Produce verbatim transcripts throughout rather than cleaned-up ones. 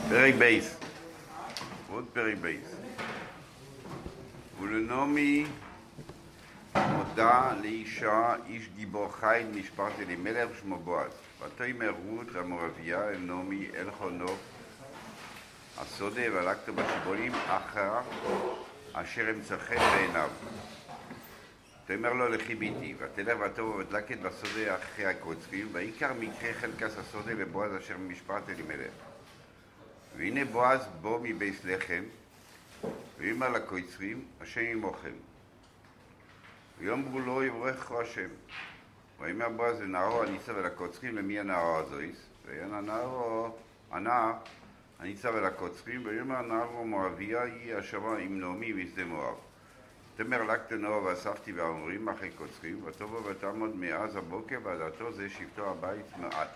פרק בייס, עוד פרק בייס. ולנעמי מודה לאישה, איש גיבור חיל משפחת אלימלך שמו בועז. ותאמר רות המואביה אל נעמי אל חנו הסודה והלקת בשיבולים אחר אשר אמצא חן בעיניו. תאמר לו לכי ביתי, ותלך ותבוא ותלקט בסודה אחרי הקוצרים, ויקר מקרה חלקס הסודה לבועז אשר ממשפחת אלימלך. והנה בועז בו מבית לחם, ויאמר לקוצרים, השם עמכם. ויאמרו לו יברכך השם. ויאמר בועז לנערו הניצב אל הקוצרים, למי הנער הזויס? ויאמר הנער הנער הניצב אל הקוצרים, ויאמר הנער מואביה היא אשר עם נעמי משדה מואב. תאמר לקט נער ואספתי והאומרים אחרי קוצרים, ותבוא ותעמוד מאז הבוקר ועד עתו זה שבטו הבית מעט.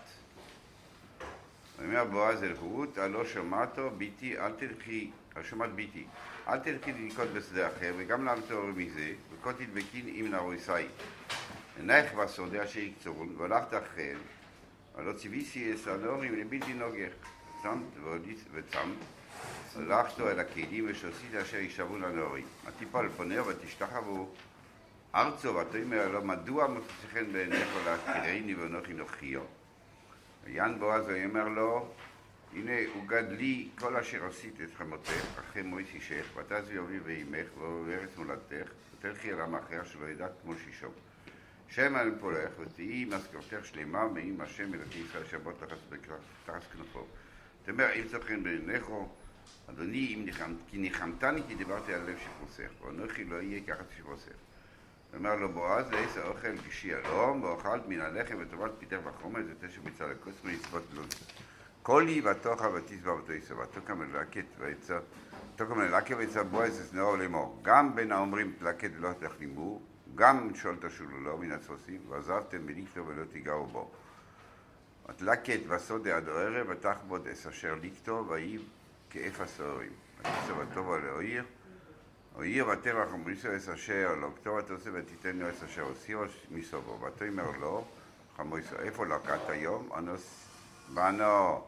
ויאמר בועז אל רות, הלא שמעתו ביתי, אל תלכי, שמעת ביתי, אל תלכי לנקוט בשדה אחר, וגם לאל תעורי מזה, וכה תדבקין עם נערויסי. עינייך בסודה אשר יקצרון, והלכת אחריהם, הלא ציוויסי את הנעורים לבלתי נוגך. צמת וצמת, הלכתו אל הכלים ושעשית אשר ישבו לנעורים. ותיפול פוניה ותשתחוו ארצו, ותאמר לו, מדוע מוצא חן בעיניך להכירני ואנוכי נוכיו? ויען בועז ויאמר לו, הנה הוגד לי כל אשר עשית את חמותך אחרי מויס אישך, ותעזבי אבי ואימך וארץ מולדתך, ותלכי אל עם אחר שלא ידע כמו שישום. שם אל פולך ותהי משכורתך שלמה מעם השם אלוקי ישראל שבות תחת כנפו. תאמר אם מצא חן בעיניך, אדוני, כי ניחמתני כי דיברתי על לב שפרוסך, ואנוכי לא יהיה ככה שפרוסך. ואמר לו בועז, לעש האוכל כשי אלום, ואוכלת מן הלחם וטובת פיתך וחומר, זה תשע ביצה לכוס ולצפות לו. כל היא ותוכה ותסבע ותויסה, ותוקה מלקט ויצא, תוקה מלקט ויצא בועז אסנאו לאמור. גם בין האומרים תלקט ולא תחלימו, גם שואל תשולו לו מן הצפוסים, ועזבתם בליקטו ולא תיגעו בו. ותלקט וסודה עד הערב, ותחבוד אס אשר ליקטו, ויהי כאפס העורים. ותסבע וטובה לאויר, או עיר ותרח ומריסו אס אשר לא כתוב ותעושה ותיתן לו אס אשר עושירו מסובו. ותאמר לו חמויסו, איפה לקט היום? אנוס ואנו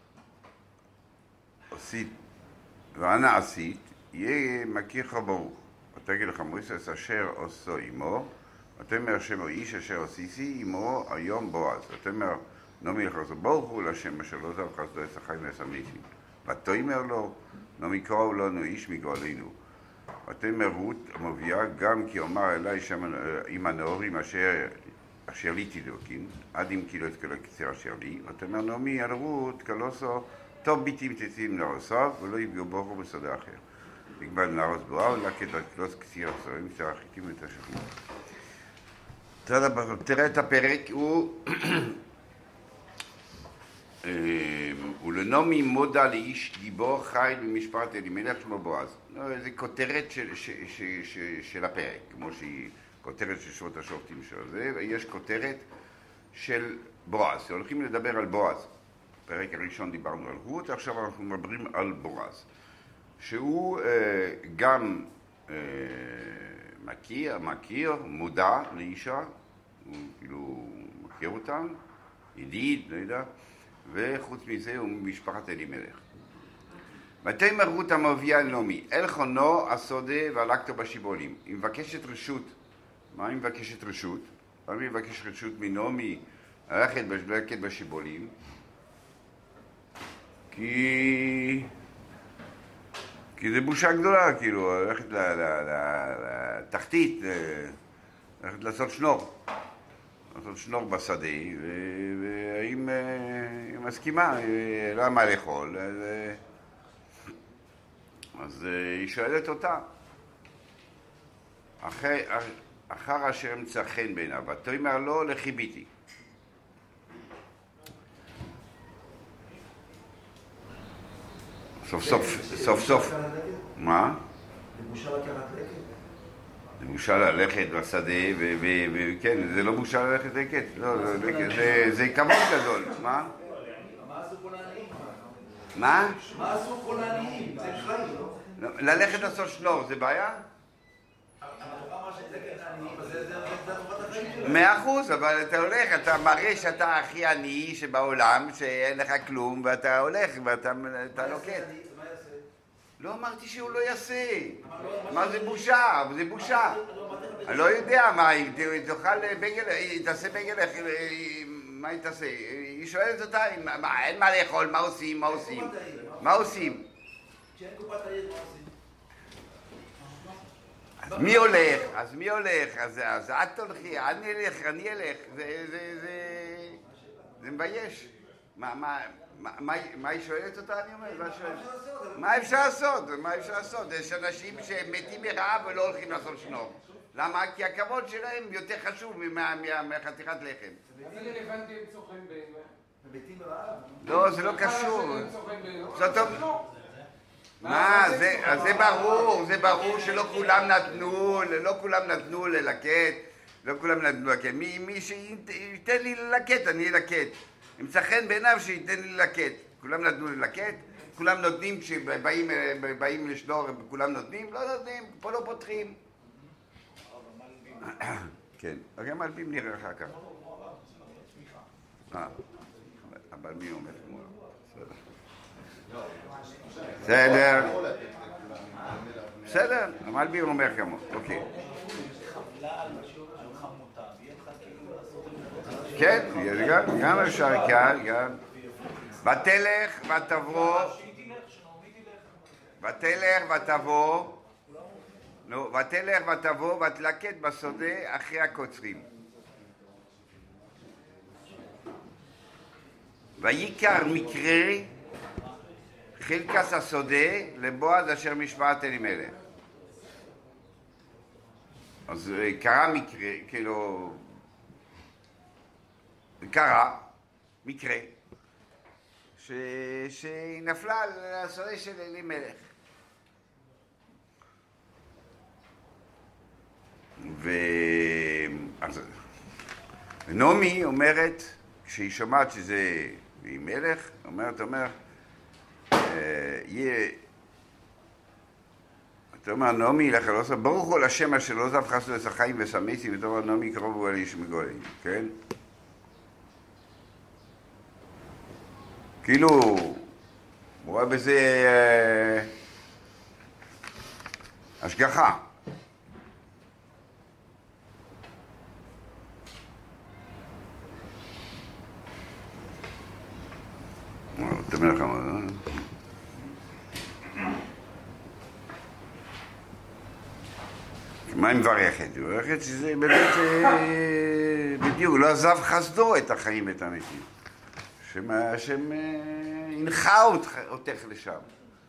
עשית ואנה עשית, יהיה מכירך ברוך. ותגיד לחמויסו אס אשר עושו עמו, ותאמר שמו איש אשר עשיסי עמו היום בועז. ותאמר נעמי לחזו ברוך הוא לשם אשר לא זב חסדו אס החיים ואס המניסים. ותאמר לו נעמי קראו לנו איש מגואלנו. ותאמר רות המואביה, גם כי אומר אליי שם עם הנעורים אשר, אשר לי תדבקין, עד אם כי לא את כל הקצר אשר לי. ותאמר נעמי על רות, כלוסו, טוב ביתי מתצאים נערסיו, ולא יפגעו בו בסודה אחר. נקבע נערס בואה, ולקט את כלוס קציר עשרים, קצר החיתים ואת השכנות. תראה את הפרק, הוא... ולנעמי מודה לאיש גיבור חיל במשפחת אלימלך שמו בועז. זה כותרת של, ש, ש, ש, של הפרק, כמו שהיא כותרת של שעות השופטים של זה, ויש כותרת של בועז. הולכים לדבר על בועז. בפרק הראשון דיברנו על רות, עכשיו אנחנו מדברים על בועז. שהוא אה, גם אה, מכיר, מכיר, מודע לאישה, הוא כאילו מכיר אותם, ידיד, לא יודע, וחוץ מזה הוא משפחת אלימלך. ותאמר רות המואביה אל נעמי, אל חנו הסודה והלקטו בשיבולים. היא מבקשת רשות. מה היא מבקשת רשות? למה היא מבקשת רשות מנעמי ללכת ולקט בשיבולים? כי... כי זה בושה גדולה, כאילו, ללכת לתחתית, ללכת לעשות שנור. לעשות שנור בשדה, והאם היא מסכימה, לא מה לאכול, אז, אז היא שואלת אותה. אחרי, אחר אשר אמצא חן בעיניו, ותאמר לו לכי ביתי. סוף סוף, סוף סוף. מה? זה בושה לקחת לקט? זה בושה ללכת בשדה, וכן, זה לא בושה ללכת לקט, זה כבוד גדול, מה? מה עשו כל העניים? מה? מה עשו כל העניים? זה חיים, לא? ללכת לעשות שנור, זה בעיה? התורה אמרה שזה כן העניים, אז זה טובת החיים. מאה אחוז, אבל אתה הולך, אתה מראה שאתה הכי עני שבעולם, שאין לך כלום, ואתה הולך ואתה לוקט. לא אמרתי שהוא לא יעשה. מה זה בושה? זה בושה. אני לא יודע מה, אם תאכל בגל, תעשה בגל, מה היא תעשה? היא שואלת אותה, אין מה לאכול, מה עושים, מה עושים? מה עושים? כשאין קופת העיר, מה עושים? אז מי הולך? אז מי הולך? אז את תולכי, אני אלך, אני אלך. זה מבייש. מה היא שואלת אותה, אני אומר? מה אפשר לעשות? מה אפשר לעשות? יש אנשים שהם מתים מרעב ולא הולכים לעשות שנור. למה? כי הכבוד שלהם יותר חשוב מחתיכת לחם. זה רלוונטי הם צורכים בעיניו. מתים מרעב? לא, זה לא קשור. זאת אומרת... מה, זה ברור, זה ברור שלא כולם נתנו, לא כולם נתנו ללקט, לא כולם נתנו ללקט. מי שייתן לי ללקט, אני אלקט. אם צחן בעיניו שייתן לי ללקט. כולם נתנו ללקט, כולם נותנים כשבאים לשנור, כולם נותנים, לא נותנים, פה לא פותחים. כן, גם מלבים נראה אחר כך. אבל מי אומר כמו... בסדר. בסדר, המלבי אומר כמו, אוקיי. כן, גם אפשר כאן, גם. ותלך ותבוא, ותלך ותבוא, נו, ותלך ותבוא ותלקט בשדה אחרי הקוצרים. ויקר מקרה חלקס השדה לבועז אשר משפעת אלימלך. אז קרה מקרה, כאילו, קרה מקרה ש... שהיא נפלה על השדה של אלימלך. ו... אז... נעמי אומרת, כשהיא שומעת שזה אלימלך, אומרת, אומרת, יהיה, אתה אומר, נעמי לך לא עושה, ברוך הוא לשם אשר לא עזב חסדו את החיים ושמחתי, ואתה אומר, נעמי קרוב הוא על איש מגואל, כן? כאילו, הוא רואה בזה השגחה. אתה אומר לך מה, לא? מה היא מברכת? היא מברכת שזה באמת בדיוק, לא עזב חסדו את החיים ואת המתים. שהם הנחה אותך לשם.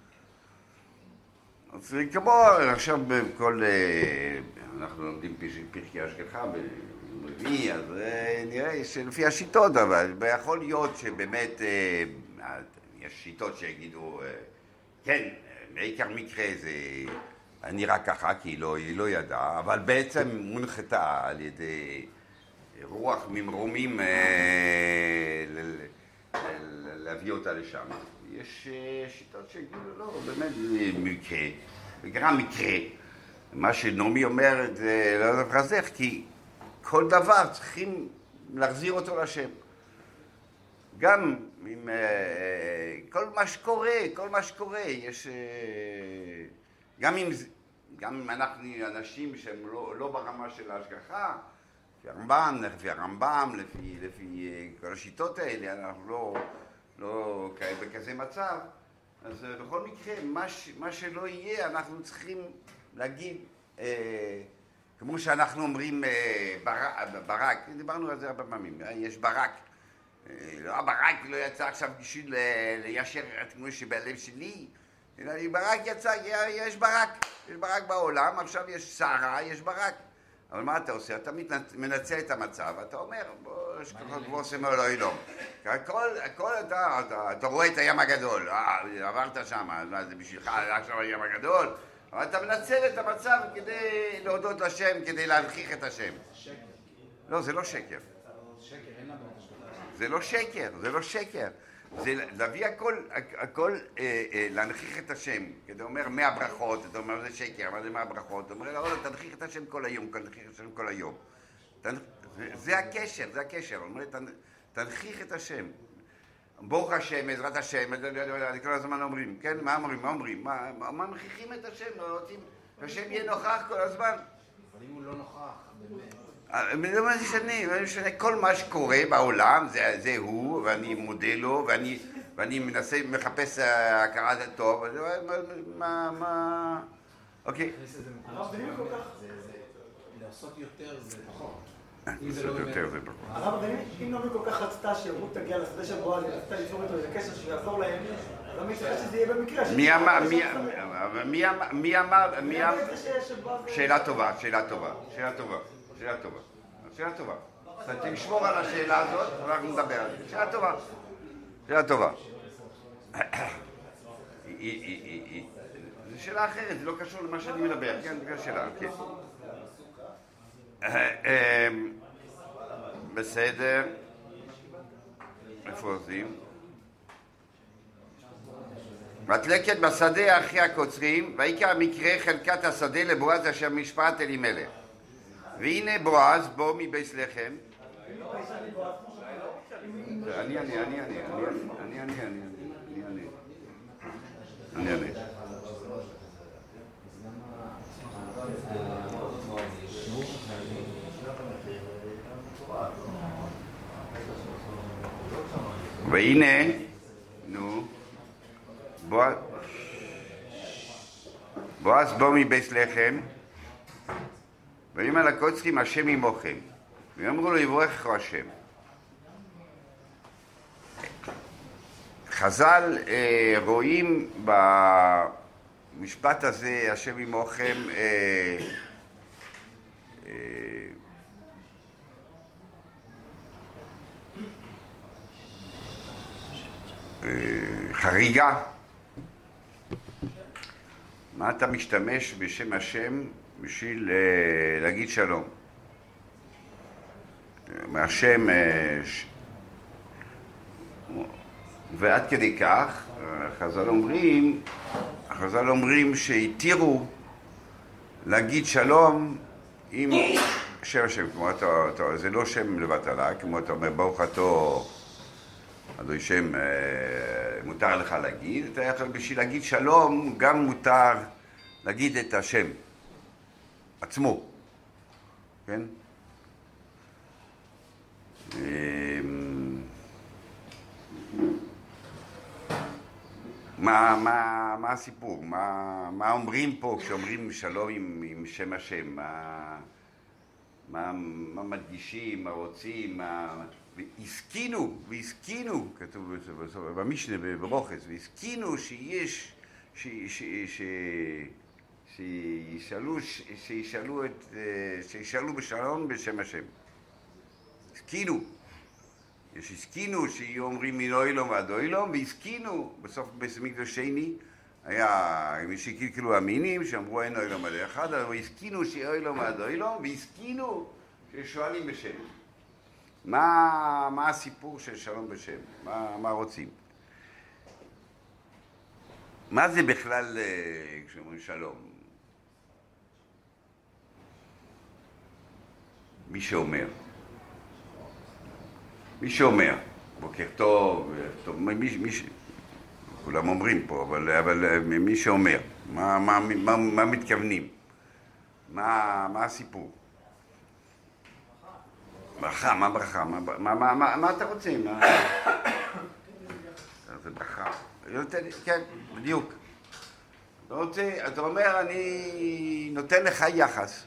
אז כמו עכשיו בכל, אנחנו לומדים פרקי השגחה ברביעי, אז נראה שלפי השיטות, אבל יכול להיות שבאמת יש שיטות שיגידו, כן, בעיקר מקרה זה נראה ככה, כי היא לא, היא לא ידעה, אבל בעצם מונחתה על ידי רוח ממרומים להביא אותה לשם. יש שיטות שיגידו, לא, באמת מקרה, וגרם מקרה. מה שנעמי אומרת זה לא לחזק, כי כל דבר צריכים להחזיר אותו לשם. גם עם כל מה שקורה, כל מה שקורה, יש... גם אם, גם אם אנחנו אנשים שהם לא, לא ברמה של ההשגחה, לפי הרמב"ם, לפי הרמב"ם, לפי, לפי כל השיטות האלה, אנחנו לא, לא בכזה מצב, אז בכל מקרה, מה, ש, מה שלא יהיה, אנחנו צריכים להגיד, אה, כמו שאנחנו אומרים אה, ברק, ברק, דיברנו על זה הרבה פעמים, אה, יש ברק, אה, לא, הברק לא יצא עכשיו בשביל ליישר את כמו שבלב שלי, אלא ברק יצא, יש ברק, יש ברק בעולם, עכשיו יש סערה, יש ברק. אבל מה אתה עושה? אתה מנצל את המצב, אתה אומר, בוא, יש ככה כמו עושה מאלוהי לא. הכל, הכל אתה, אתה, אתה רואה את הים הגדול, אה, עברת שם, מה זה בשבילך, עכשיו הים הגדול, אבל אתה מנצל את המצב כדי להודות לשם, כדי להנכיח את השם. שקר. לא, זה לא שקר. שקר, אין לנו את השקר. זה לא שקר, זה לא שקר. זה להביא הכל, הכל, אה, אה, להנכיח את השם. כי אתה אומר מאה ברכות, אתה אומר זה שקר, אבל זה מאה ברכות. אתה אומר, לא, תנכיח את השם כל היום, תנכיח את השם כל היום. זה, זה הקשר, זה הקשר. אומר, תנכיח את השם. ברוך השם, עזרת השם, כל הזמן אומרים, כן? מה אומרים? מה אומרים? מה, מה מנכיחים את השם? לא רוצים, השם יהיה נוכח כל הזמן. אבל אם הוא לא נוכח, באמת. זה מה משנה, זה משנה. כל מה שקורה בעולם זה, זה הוא, ואני מודה לו, ואני, ואני מנסה, מחפש הכרת הטוב. מה, מה... אוקיי. הרב, ואם כל כך... לעשות יותר זה פחות. לעשות יותר זה פחות. הרב, אם נעמי כל כך רצתה שרות תגיע לשדה של בועז, היא רצתה ליצור איתו איזה קשר שיעזור להם, אז אני מצטער שזה יהיה במקרה. מי אמר, מי אמר, מי אמר, מי אמר, שאלה טובה, שאלה טובה, שאלה טובה, שאלה טובה, שאלה טובה. אז תשמור על השאלה הזאת, ואנחנו נדבר על זה. שאלה טובה, שאלה טובה. זו שאלה אחרת, זה לא קשור למה שאני מדבר, כן? זו שאלה, כן. בסדר. איפה עושים? ותלקט בשדה אחרי הקוצרים, ויקרא מקרה חלקת השדה לבועז אשר משפט אלימלך. והנה בועז בוא מבית לחם. אני, אני, אני, אני, אני, אני, אני, אני, אני, אני, אני. והנה, נו, בועז, בועז בוא מבית לחם, ויאמר לקוצרים השם עמכם, ואמרו לו יברכך השם. חז"ל אה, רואים במשפט הזה השם עמכם אה, אה, חריגה. מה אתה משתמש בשם השם בשביל uh, להגיד שלום? מהשם uh, ש... ועד כדי כך חז"ל אומרים חז"ל אומרים שהתירו להגיד שלום עם שם השם, כמו אתה, אתה, זה לא שם לבטלה, כמו אתה אומר ברוך אתה אדוני שם, מותר לך להגיד, אתה יכול בשביל להגיד שלום, גם מותר להגיד את השם עצמו, כן? מה, מה, מה הסיפור? מה, מה אומרים פה כשאומרים שלום עם, עם שם השם? מה, מה, מה מדגישים, מה רוצים, מה... והסכינו, והסכינו, כתוב במשנה ברוכס, והסכינו שיש, ש, ש, ש, שישאלו, שישאלו את, שישאלו בשלום בשם השם. הסכינו. יש הסכינו שיהיו אומרים מן אוילום ועד אוילום, והסכינו, בסוף בית המקדש שני, היה מי שקלקלו אמינים, שאמרו אין אוילום עד אחד, אבל הסכינו שיהיה אוילום ועד אוילום, והסכינו ששואלים בשם. מה, מה הסיפור של שלום בשם? מה, מה רוצים? מה זה בכלל כשאומרים שלום? מי שאומר. מי שאומר. בוקר טוב, טוב מי, מי, כולם אומרים פה, אבל, אבל מי שאומר. מה, מה, מה, מה מתכוונים? מה, מה הסיפור? ברכה, מה ברכה? מה, מה, מה, מה, מה אתה רוצה? מה... זה ברכה. כן, בדיוק. אתה רוצה, אתה אומר, אני נותן לך יחס.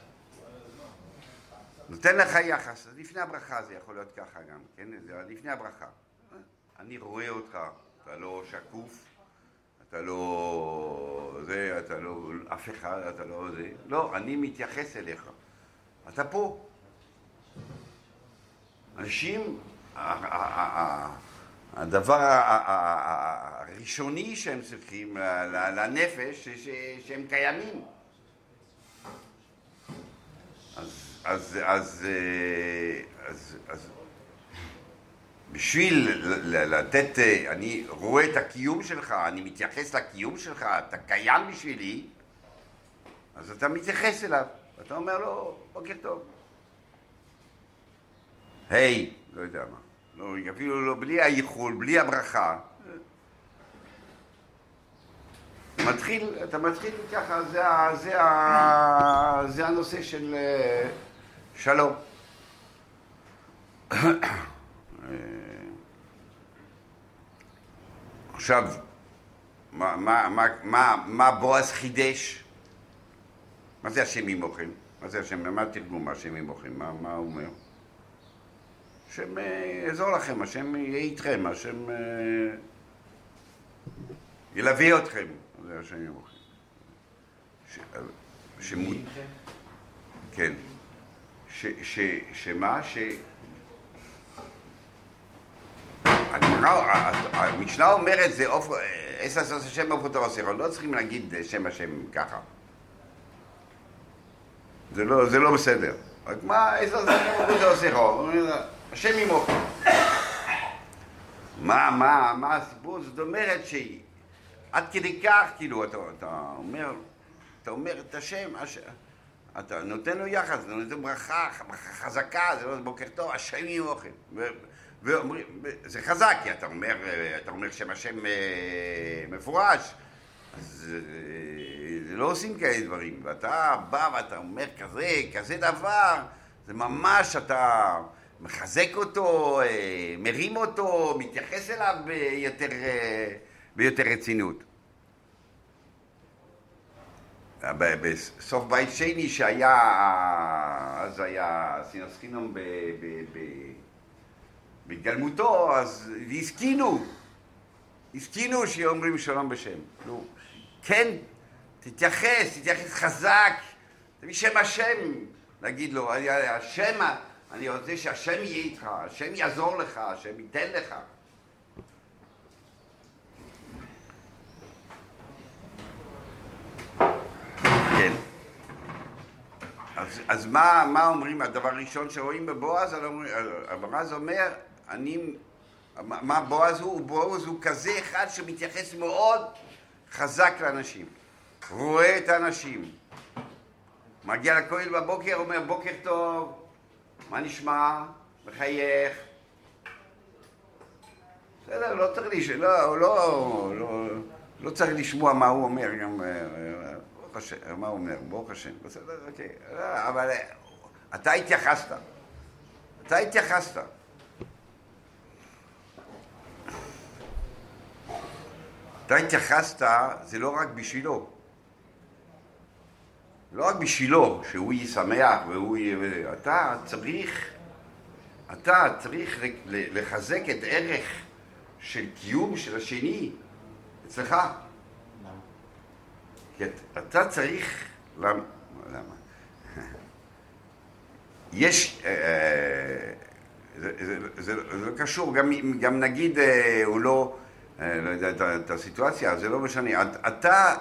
נותן לך יחס. אז לפני הברכה זה יכול להיות ככה גם, כן? זה לפני הברכה. אני רואה אותך, אתה לא שקוף, אתה לא זה, אתה לא אף אחד, אתה לא זה. לא, אני מתייחס אליך. אתה פה. אנשים, הדבר הראשוני שהם צריכים לנפש, שהם קיימים. אז, אז, אז, אז, אז בשביל לתת, אני רואה את הקיום שלך, אני מתייחס לקיום שלך, אתה קיים בשבילי, אז אתה מתייחס אליו, אתה אומר לו, בוקר טוב. היי, לא יודע מה. לא, אפילו לא, בלי הייחול, בלי הברכה. מתחיל, אתה מתחיל ככה, זה, זה, זה הנושא של שלום. עכשיו, מה, מה, מה, מה, מה בועז חידש? מה זה השם עמוכם? מה זה השם? מה התרגום השם עמוכם? מה, מה הוא אומר? השם יעזור לכם, השם יהיה איתכם, השם ילווה אתכם. זה השם עמוכם. ש... שמות... כן. ש... ש... שמה? ש... המשנה אומרת זה עשר עשר השם עופותו עשר, לא צריכים להגיד שם השם ככה. זה לא, זה לא בסדר. רק מה עשר עשר השם עופותו עשר? השם עמוכם. מה, מה, מה הסיפור? זאת אומרת שעד כדי כך, כאילו, אתה, אתה אומר, אתה אומר את השם, אתה נותן לו יחס, אתה נותן לו ברכה, ברכה חזקה, זה לא בוקר טוב, השם עמוכם. ואומרים, זה חזק, כי אתה אומר, אתה אומר שם השם מפורש, אז לא עושים כאלה דברים, ואתה בא ואתה אומר כזה, כזה דבר, זה ממש, אתה מחזק אותו, מרים אותו, מתייחס אליו ביותר, ביותר רצינות. בסוף בית שני שהיה, אז היה סינוסקינום ב... ב, ב בהתגלמותו, אז הסכינו, הסכינו שאומרים שלום בשם. לא, כן, תתייחס, תתייחס חזק, תביא שם השם, להגיד לו, השם, אני רוצה שהשם יהיה איתך, השם יעזור לך, השם ייתן לך. כן. אז, אז מה, מה אומרים? הדבר הראשון שרואים בבועז, הבועז אומר, אני, מה בועז הוא? בועז הוא כזה אחד שמתייחס מאוד חזק לאנשים, רואה את האנשים, מגיע לכהל בבוקר, אומר בוקר טוב, מה נשמע? מחייך. בסדר, לא צריך לשמוע, לא, לא, לא, לא צריך לשמוע מה הוא אומר, גם, מה הוא אומר? ברוך השם, בסדר, אוקיי, אבל אתה התייחסת, אתה התייחסת. אתה התייחסת, זה לא רק בשבילו. לא רק בשבילו, שהוא יהיה שמח והוא יהיה... אתה צריך, אתה צריך לחזק את ערך של קיום של השני אצלך. למה? כי אתה צריך... למה? למה? יש... זה, זה, זה, זה לא קשור, גם, גם נגיד הוא לא... לא יודע את, את הסיטואציה, זה לא משנה. אתה,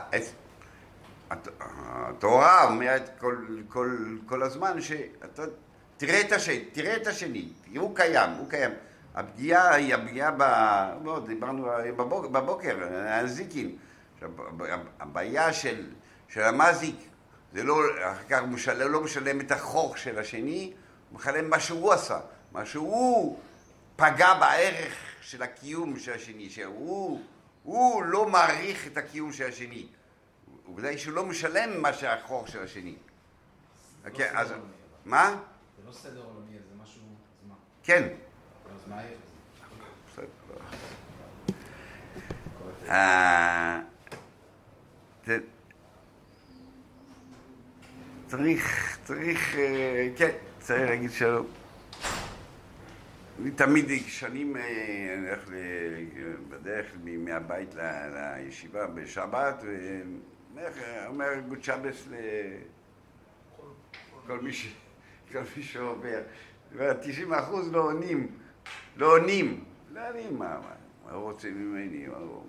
התורה אומרת כל, כל, כל הזמן שאתה תראה את השני, תראה את השני, הוא קיים, הוא קיים. הפגיעה היא הפגיעה, ב, לא, דיברנו בבוקר, בבוקר הזיקים. הבעיה של, של המזיק, זה לא, אחר כך הוא לא משלם את החוך של השני, הוא משלם מה שהוא עשה, מה שהוא פגע בערך של הקיום של השני, שהוא הוא לא מעריך את הקיום של השני. ובוודאי שהוא לא משלם מה שהחור של השני. זה לא סדר עולמי. מה? זה לא סדר עולמי, זה משהו... זה מה? כן. אז מה יהיה? בסדר. צריך, צריך, כן, צריך להגיד שלום. אני תמיד שנים הולך בדרך מהבית לישיבה בשבת, ואומר גוד שבס לכל מי שעובר. תשעים אחוז לא עונים, לא עונים. לא עונים, מה הוא רוצה ממני?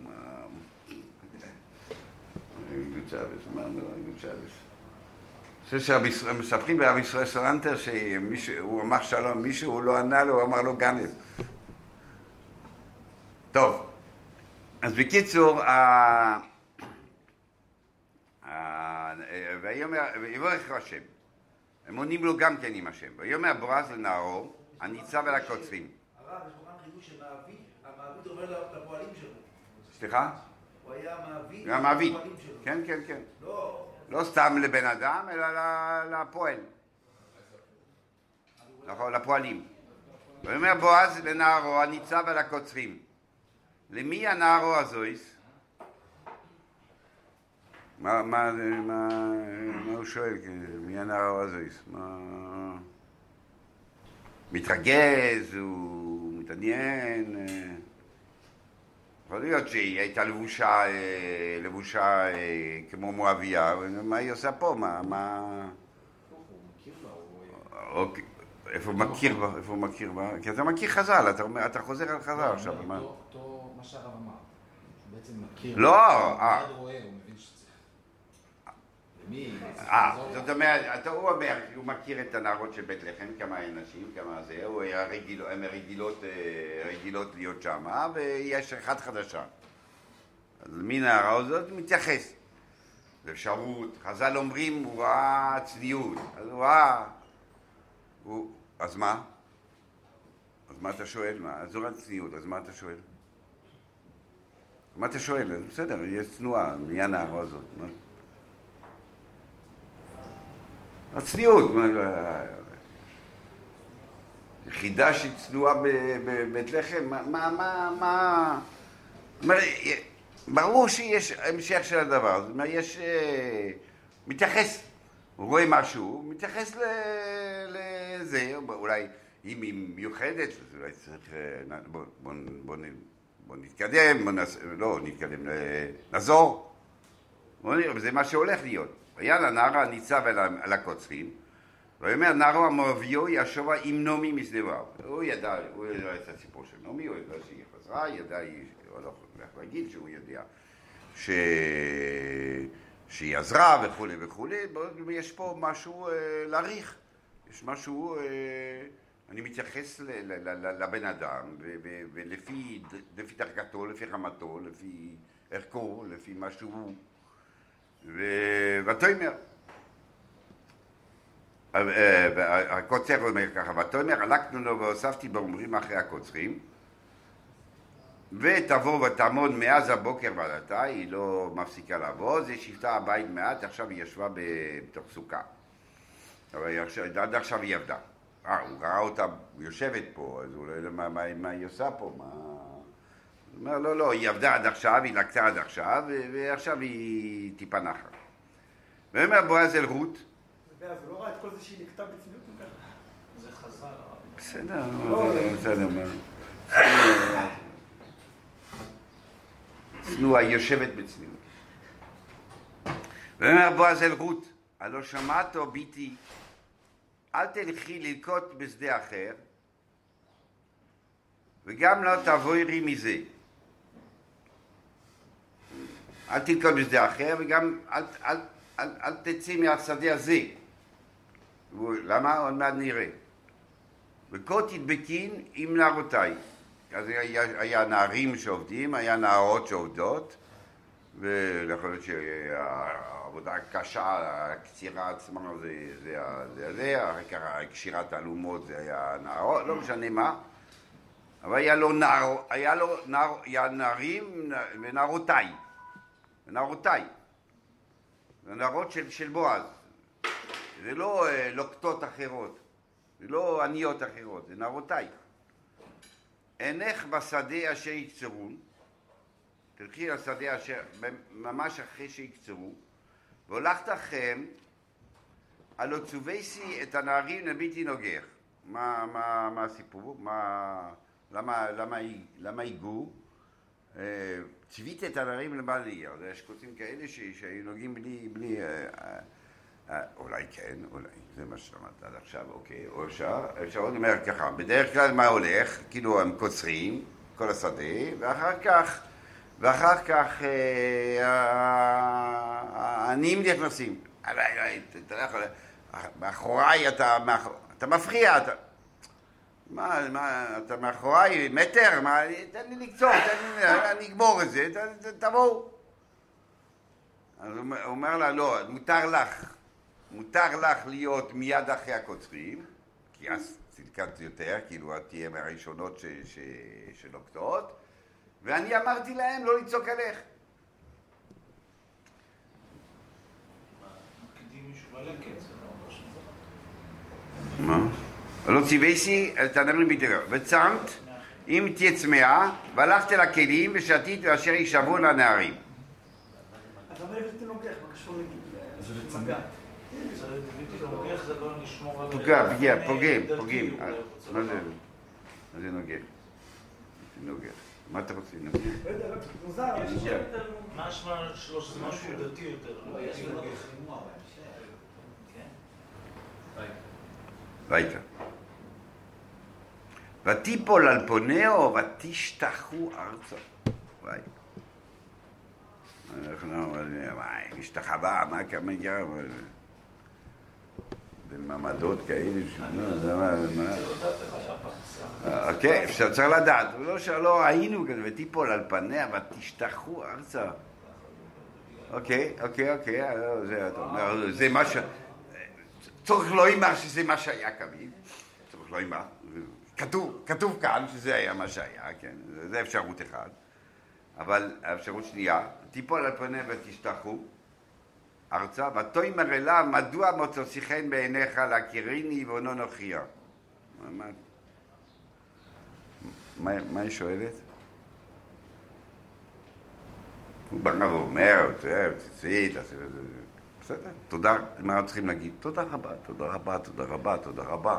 גוד שבס, מה אומר גוד שבס? אני חושב שמספרים ברב ישראל סלנטר שהוא אמר שלום, מישהו לא ענה לו, הוא אמר לו גנב. טוב, אז בקיצור, ויאמר השם, הם עונים לו גם כן עם השם, ויאמר בועז לנערו, הניצב על הקוצרים. הרב, יש פה גם חידוש שמעביד, המעביד אומר לפועלים שלו. סליחה? הוא היה מעביד המעביד. לפועלים שלו. כן, כן, כן. לא. לא סתם לבן אדם, אלא לפועל. נכון, לפועלים. ואומר בועז לנערו, הניצב על הקוצרים. למי הנערו הזויס? מה, מה, מה, מה הוא שואל? מי הנערו הזויס? מה... מתרגז, הוא מתעניין? יכול להיות שהיא הייתה לבושה, לבושה כמו מואביה, מה היא עושה פה? מה, מה... הוא מכיר בה, הוא... איפה הוא מכיר בה? איפה הוא מכיר בה? כי אתה מכיר חז"ל, אתה אומר, אתה חוזר על חז"ל עכשיו. לא, אותו, מה שהרב אמר. הוא בעצם מכיר. לא, אה. הוא רואה, הוא מבין שצריך. למי? אה, זאת אומרת, הוא אומר, הוא מכיר את הנערות של בית לחם, כמה אנשים, כמה זה, הוא היה רגיל, הם רגילות, רגילות להיות שם, ויש אחת חדשה. אז מי נערה הזאת? הוא מתייחס. זה אפשרות, חז"ל אומרים, הוא ראה צניעות, אז הוא ראה... הוא... אז מה? אז מה אתה שואל? מה? אז הוא ראה צניעות, אז מה אתה שואל? מה אתה שואל? בסדר, יש צנועה, מי הנערה הזאת? מה? הצניעות, יחידה שהיא צנועה בבית לחם, מה, מה, מה, מה, ברור שיש המשך של הדבר, זאת אומרת, יש, מתייחס, הוא רואה משהו, מתייחס לזה, אולי אם היא מיוחדת, אולי צריך, בוא, בוא, בוא, בוא נתקדם, בוא נס, לא נתקדם, נעזור, בוא נראה, זה מה שהולך להיות. היה לנער הניצב על הקוצרים, והוא אומר, נערו המואביו ישובה עם נעמי משדהו. הוא ידע, הוא ידע את הסיפור של נעמי, הוא ידע שהיא חזרה, ידע, הוא לא יכול להגיד שהוא יודע ש... שהיא עזרה וכו' וכו'. יש פה משהו אה, להעריך, יש משהו, אה, אני מתייחס ל, ל, ל, לבן אדם, ו, ו, ולפי לפי דרגתו, לפי רמתו, לפי ערכו, לפי משהו... ותאמר, הקוצר אומר ככה, ותאמר, הלכנו לו והוספתי באומרים אחרי הקוצרים, ותבוא ותעמוד מאז הבוקר ועד עתה, היא לא מפסיקה לעבוד, זה שבתה הבית מעט, עכשיו היא ישבה בתוך סוכה. אבל עד עכשיו היא עבדה. אה, הוא ראה אותה יושבת פה, אז הוא לא יודע מה, מה, מה היא עושה פה, מה... הוא אומר, לא, לא, היא עבדה עד עכשיו, היא לקצה עד עכשיו, ועכשיו היא טיפה נחה. ואומר בועז אל רות. אז הוא לא ראה את כל זה שהיא נקטה בצניעות ככה? זה חזר. בסדר, בסדר. צנועה, היא יושבת בצניעות. ואומר בועז אל רות, הלא שמעתו ביתי, אל תלכי ללקוט בשדה אחר, וגם לא תבואי מזה. אל תלכוד בשדה אחר, וגם אל, אל, אל, אל תצאי מהשדה הזה. למה? עוד מעט נראה. וכה תדבקין עם נערותיי. אז היה, היה נערים שעובדים, היה נערות שעובדות, ויכול להיות שהעבודה הקשה, הקצירה עצמה זה זה, זה, זה, אחרי קשירת האלומות זה היה נערות, לא משנה מה. אבל היה לו נער, היה לו נער, היה נערים ונערותיי, ונערותיי, ונערות של, של בועז. זה לא לוקטות אחרות, זה לא עניות אחרות, זה נערותיי. אינך בשדה אשר יקצרון, תלכי לשדה אשר, ממש אחרי שיקצרו, והולכת לכם, הלא צובייסי את הנערים לבלתי נוגח. מה, מה, מה הסיפור? מה... למה, למה, למה היגעו? צבית את הנערים לבעל עיר. יש קוצים כאלה שהיו נוגעים בלי, בלי, אולי כן, אולי, זה מה שלמדת עד עכשיו, אוקיי, או אפשר, אפשר עוד אומר ככה, בדרך כלל מה הולך? כאילו הם קוצרים, כל השדה, ואחר כך, ואחר כך העניים נכנסים. אתה לא יכול, מאחוריי אתה מפריע, אתה... מה, מה, אתה מאחוריי מטר? מה, תן לי לקצור, תן לי, אני אגמור את זה, ת, ת, תבואו. אז הוא אומר לה, לא, מותר לך, מותר לך להיות מיד אחרי הקוצרים, כי אז צדקת יותר, כאילו את תהיה מהראשונות ש, ש, שנוקטות, ואני אמרתי להם לא לצעוק עליך. מה? לא ציוויסי, תנרים ביתר, וצמת, אם תהיה צמאה, והלכת לכלים ושתית ואשר יישבו לנערים. אז למה הבאתי נוגח? מה קשור למגע? פוגע, פגיע, פוגעים, פוגעים. מה זה? מה זה נוגח? נוגח. מה אתה רוצה? נוגח? לא יודע, לא, מוזר. משמע שלוש, זה משהו דתי יותר. ביתה. ותיפול על פונהו ותשתחו ארצה. וואי. אנחנו, וואי, השתחווה, מה כמה גרם? במעמדות כאלה, זה מה, מה? אוקיי, אפשר צריך לדעת, לא שלא היינו כזה, ותיפול על פניה ותשתחו ארצה. אוקיי, אוקיי, אוקיי, זה, אתה אומר, זה מה ש... צורך לא אימר שזה מה שהיה כביב, צורך לא אימר, כתוב, כתוב כאן שזה היה מה שהיה, כן, זה אפשרות אחת, אבל האפשרות שנייה, תיפול על פניה ותשתחו ארצה, ותאמר אליו, מדוע מוצא חן בעיניך להכירני ואינו נוכיח? מה, מה, מה היא שואלת? הוא בא ואומר, תצאי, תעשי את זה. בסדר, תודה, מה צריכים להגיד? תודה רבה, תודה רבה, תודה רבה, תודה רבה.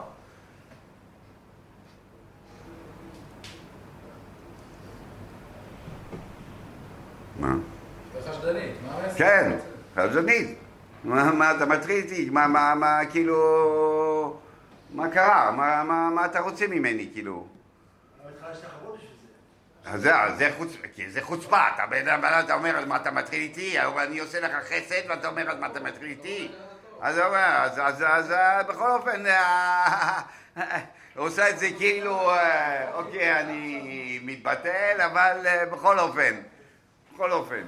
מה? חשדנית, מה הרסת? כן, חשדנית. מה אתה מטריד אותי? מה, מה, מה, כאילו... מה קרה? מה, מה, מה אתה רוצה ממני, כאילו? אבל התחלה יש לך חבוד בשביל זה. אז זה, זה חוצפה, כי זה חוצפה, אתה בן אתה אומר, אז מה אתה מטריד איתי? אני עושה לך חסד ואתה אומר, אז מה אתה מטריד איתי? אז הוא אומר, אז, אז, אז, בכל אופן, הוא עושה את זה כאילו, אוקיי, אני מתבטל, אבל בכל אופן, בכל אופן.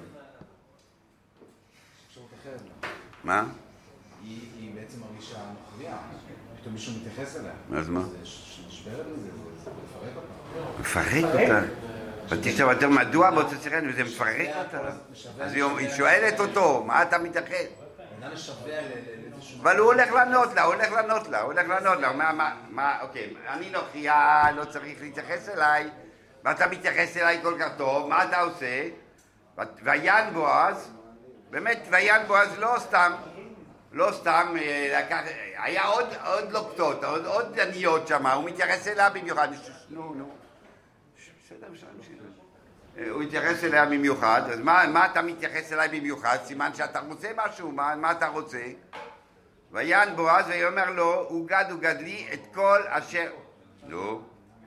אפשרות אחרת. מה? היא היא בעצם מרגישה נוכריה, פתאום מישהו מתייחס אליה. אז מה? זה נשברת לזה, זה לפרק אותה. מפרק אותה. ותשאל יותר מדוע מוצא חן וזה מפרק אותה. אז היא שואלת אותו, מה אתה מתייחס? אינה לשווה לאיזשהו... אבל הוא הולך לענות לה, הוא הולך לענות לה, הוא הולך לענות לה. מה, מה, מה, אוקיי, אני נוכריה, לא צריך להתייחס אליי, ואתה מתייחס אליי כל כך טוב, מה אתה עושה? ויען בועז, באמת, ויען בועז לא סתם, לא סתם לקח, היה עוד, עוד לוקטות, עוד, עוד דניות שם, הוא מתייחס אליה במיוחד, נו, נו, בסדר, בסדר, הוא התייחס אליה במיוחד, אז מה, מה אתה מתייחס אליי במיוחד? סימן שאתה רוצה משהו, מה, מה אתה רוצה? ויען בועז ויאמר לו, הוגד הוגד לי את כל אשר... נו.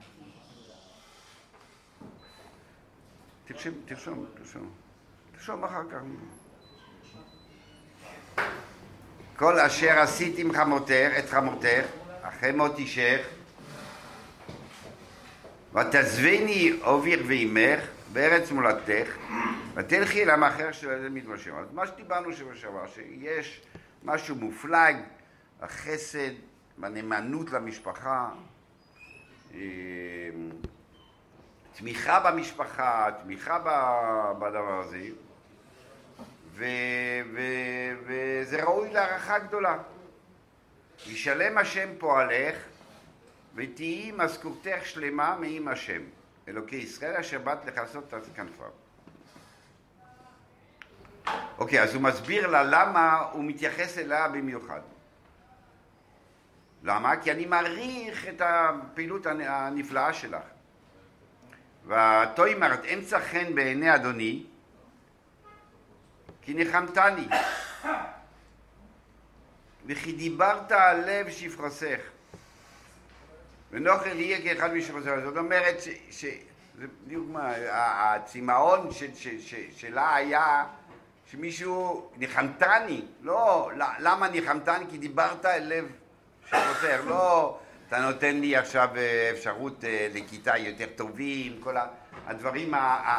תרשום, תרשום, תרשום. תרשום אחר כך. כל אשר עשית עם חמותך, את חמותך, אחרי מות אישך, ותעזבני אוביר ואימך בארץ מולדתך, ותלכי אל עם אחר של איזה מתמשך. אז מה שדיברנו שבוע שעבר, שיש משהו מופלג, החסד, הנאמנות למשפחה, תמיכה במשפחה, תמיכה בדבר הזה, ו, ו, וזה ראוי להערכה גדולה. ישלם השם פועלך, ותהי משכורתך שלמה מעם השם, אלוקי ישראל אשר באת לכסות את כנפיו. אוקיי, אז הוא מסביר לה למה הוא מתייחס אליה במיוחד. למה? כי אני מעריך את הפעילות הנפלאה שלך. ותאמרת אמצא חן בעיני אדוני, כי ניחמתני, וכי דיברת על לב שפרסך, ונוכל יהיה כאחד משפרסך. זאת אומרת, ש, ש, זה בדיוק מה, הצמאון ש, ש, ש, שלה היה, שמישהו ניחמתני, לא, למה ניחמתני? כי דיברת על לב שפרסך, לא, אתה נותן לי עכשיו אפשרות לכיתה יותר טובים, כל הדברים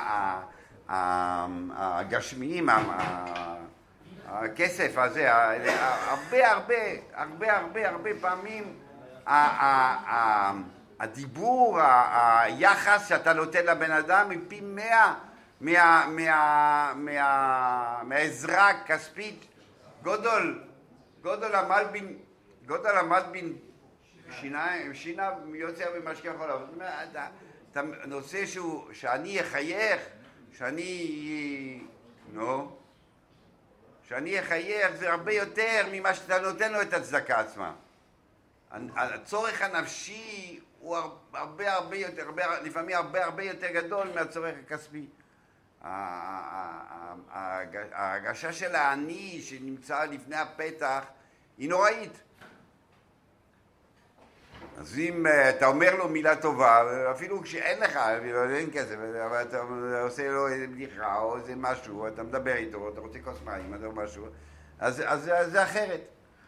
הגשמיים, הכסף הזה, הרבה הרבה, הרבה הרבה הרבה פעמים הדיבור, היחס שאתה נותן לבן אדם היא פי מאה מהעזרה הכספית. גודל, גודל המלבין, גודל המלבין שינה יוצא במשקיע חולב. אתה נושא שאני אחייך, שאני, נו, שאני אחייך זה הרבה יותר ממה שאתה נותן לו את הצדקה עצמה. הצורך הנפשי הוא הרבה הרבה יותר, הרבה, לפעמים הרבה הרבה יותר גדול מהצורך הכספי. ההרגשה של העני שנמצא לפני הפתח היא נוראית. אז אם אתה אומר לו מילה טובה, אפילו כשאין לך, אין כסף, אבל אתה עושה לו איזה בדיחה או איזה משהו, אתה מדבר איתו, אתה רוצה כוס מים, או משהו, אז, אז זה אחרת.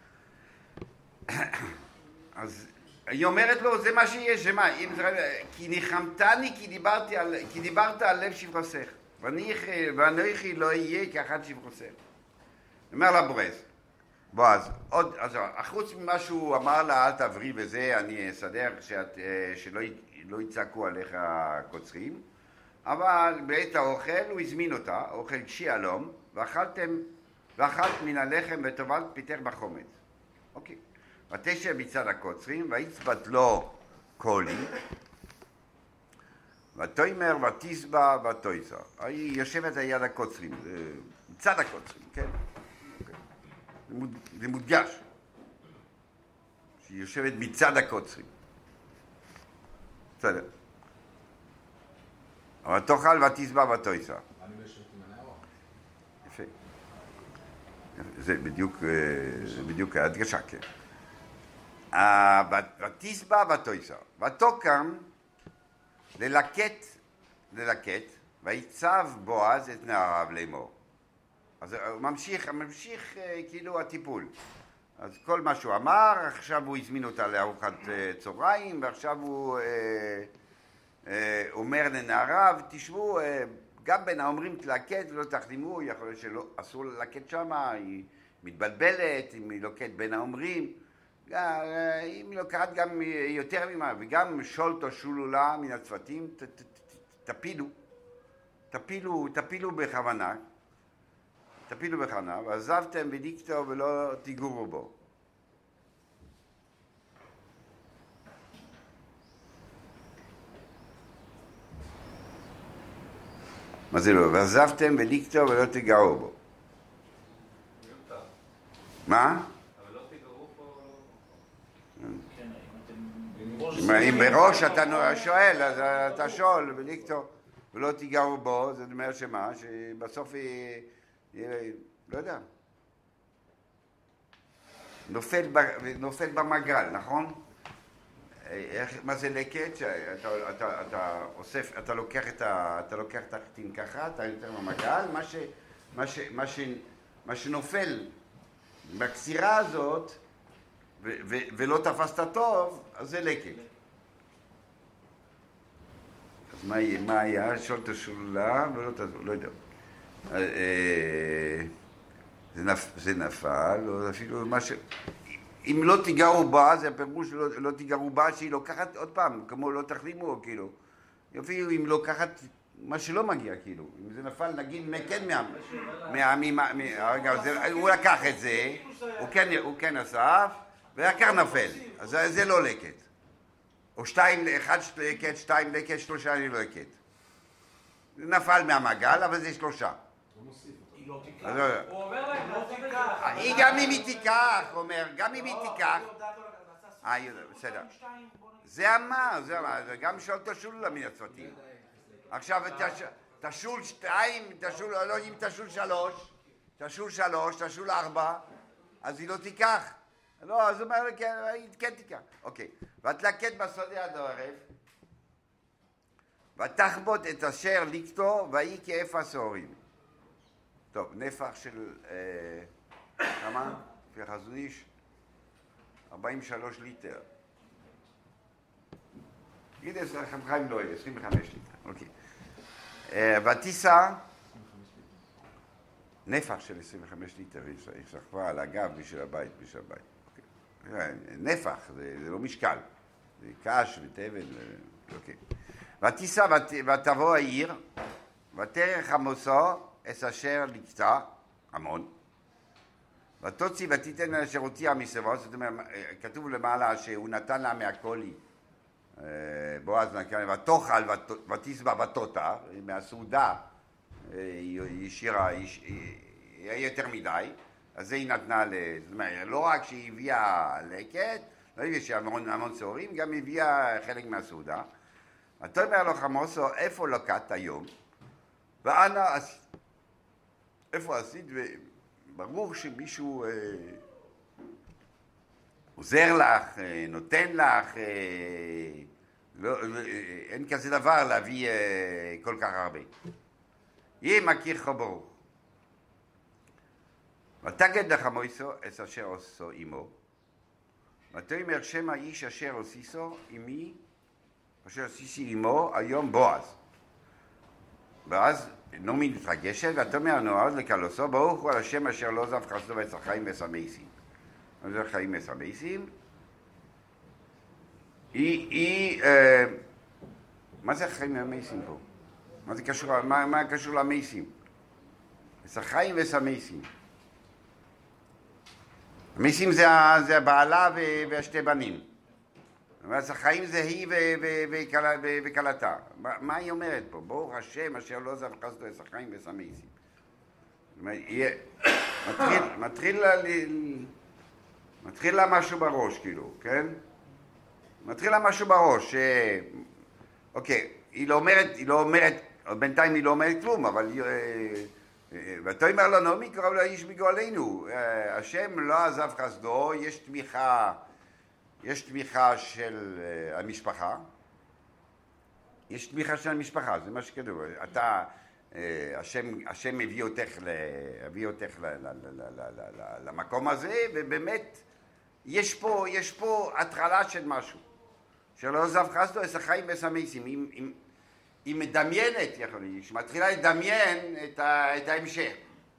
אז היא אומרת לו, זה מה שיש, שמה, כי ניחמתני כי, דיברתי על, כי דיברת על לב שברסך, ואנוכי לא יהיה כאחד שברסך. אומר לה ברז, בועז, עוד, אז חוץ ממה שהוא אמר לה, אל תעברי וזה, אני אסדר שאת, שלא לא יצעקו עליך קוצרים, אבל בעת האוכל הוא הזמין אותה, אוכל שיעלום, ואכלתם, ואכלת מן הלחם וטובלת פיתך בחומץ. אוקיי. ותשב מצד הקוצרים, ויצבת לו קולי, ותאמר ותשבע ותויסה. היא יושבת על יד הקוצרים, מצד הקוצרים, כן? זה מודגש, שהיא יושבת מצד הקוצרים. בסדר. אבל תאכל ותשבע ותויסה. יפה. זה בדיוק, זה בדיוק ההדגשה, כן. ותשבע ותויסה. ותוקם ללקט, ללקט, ויצב בועז את נעריו לאמור. אז הוא ממשיך, ממשיך כאילו הטיפול. אז כל מה שהוא אמר, עכשיו הוא הזמין אותה לארוחת צהריים, ועכשיו הוא אה, אה, אומר לנעריו, תשבו, אה, גם בין האומרים תלקט ולא תחלימו, יכול להיות שאסור ללקט שמה, היא מתבלבלת, אם היא לוקט בין האומרים, אם היא לוקחת גם יותר ממה, וגם שולטו שולולה מן הצוותים, ת, ת, ת, תפילו, תפילו, תפילו בכוונה, תפילו בכוונה, ועזבתם ודיקטו ולא תיגורו בו. מה זה לא? ועזבתם ודיקטו ולא תיגרו בו. מה? אבל לא תיגרו פה... אם בראש אתה שואל, אז אתה שואל ודיקטו ולא תיגרו בו, זאת אומרת שמה? שבסוף היא... לא יודע. נופל, ב, נופל במעגל, נכון? איך, מה זה לקט? שאתה, אתה, אתה אוסף, אתה לוקח את ה, אתה לוקח את החטים ככה, אתה יותר במעגל, מה ש, מה ש, מה ש, מה שנופל בקצירה הזאת ו, ו, ולא תפסת טוב, אז זה לקט. אז מה, מה היה? שולטה שולה ולא תעזור, לא יודע. זה, נפ, זה נפל, או אפילו מה ש... אם לא תיגרו בה, זה הפירוש שלא לא תיגרו בה, שהיא לוקחת עוד פעם, כמו לא תחלימו, כאילו. אפילו אם לוקחת מה שלא מגיע, כאילו. אם זה נפל, נגיד, כן, מה... מה, מה, מה רגע, זה, הוא לקח את זה, הוא כן, הוא כן אסף, והקר נפל. אז זה, זה לא לקט. או שתיים, אחד לקט, שתיים לקט, שלושה אני לא לקט. זה נפל מהמעגל, אבל זה שלושה. היא לא תיקח. הוא אומר להם, לא תיקח. היא גם אם היא תיקח, הוא אומר, גם אם היא תיקח. אה, בסדר. זה אמר, זה אמר, גם שואל תשול מן הצוותים. עכשיו תשול שתיים, תשול, לא, אם תשול שלוש, תשול שלוש, תשול ארבע, אז היא לא תיקח. לא, אז הוא אומר, היא כן תיקח. אוקיי. ותלקט בשדה עד הערב, ותחבוט את אשר לקטו, ויהי כאפס שעורים. טוב, נפח של, כמה? לפי החזון איש? ארבעים ושלושה ליטר. תגיד, חיים לא, עשרים וחמישה ליטר, אוקיי. ותיסע, נפח של עשרים וחמישה ליטר, יש לך כבר על הגב בשביל הבית, בשביל הבית. נפח, זה, זה לא משקל. זה קש ותבן, אוקיי. ותיסע ות, ותבוא העיר, ותרך עמוסו את אשר לקצה, המון. ותוציא ותיתן לה אשר הוציאה מסביבו, זאת אומרת, כתוב למעלה שהוא נתן לה מהקולי, בועז נתן לה, ותאכל ותשבע ותותה, מהסעודה, היא השאירה, היה יותר מדי, אז זה היא נתנה, זאת אומרת, לא רק שהיא הביאה לקט, לא הביאה שהמון המון שעורים, גם הביאה חלק מהסעודה. ותאמר לו חמוסו, איפה לקט היום? ואנה עשית? איפה עשית? וברור שמישהו אה, עוזר לך, אה, נותן לך, אה, לא, לא, אין כזה דבר להביא אה, כל כך הרבה. יהיה מכירך ברוך. ותגד לחמוסו את אשר עושו עמו, ותאמר שם האיש אשר עושיסו עמי, אשר עשיסי עמו היום בועז. ואז נעמי מתרגשת, ותאמר נועז לקלוסו, ברוך הוא על השם אשר לא עזב חסדו ואת החיים והסמייסים. מה זה החיים והסמייסים? היא, היא, אה, מה זה החיים והמייסים פה? מה זה קשור, מה, מה קשור למייסים? את החיים והסמייסים. המייסים זה, זה הבעלה והשתי בנים. אז החיים זה היא וקלתה. מה היא אומרת פה? ברוך השם אשר לא עזב חסדו את החיים והסמייסים. מתחיל לה משהו בראש, כאילו, כן? מתחיל לה משהו בראש. אוקיי, היא לא אומרת, היא לא אומרת, בינתיים היא לא אומרת כלום, אבל ותאמר לו נעמי קרוב לאיש מגואלנו. השם לא עזב חסדו, יש תמיכה, יש תמיכה של המשפחה. יש תמיכה של המשפחה, זה מה שכתוב. אתה, השם, השם הביא אותך, הביא אותך למקום הזה, ובאמת יש פה, יש פה התחלה של משהו. שלא עזב חסדו, את החיים והסמייסים. היא, היא, היא מדמיינת, יכול להיות, היא מתחילה לדמיין את, ה, את ההמשך.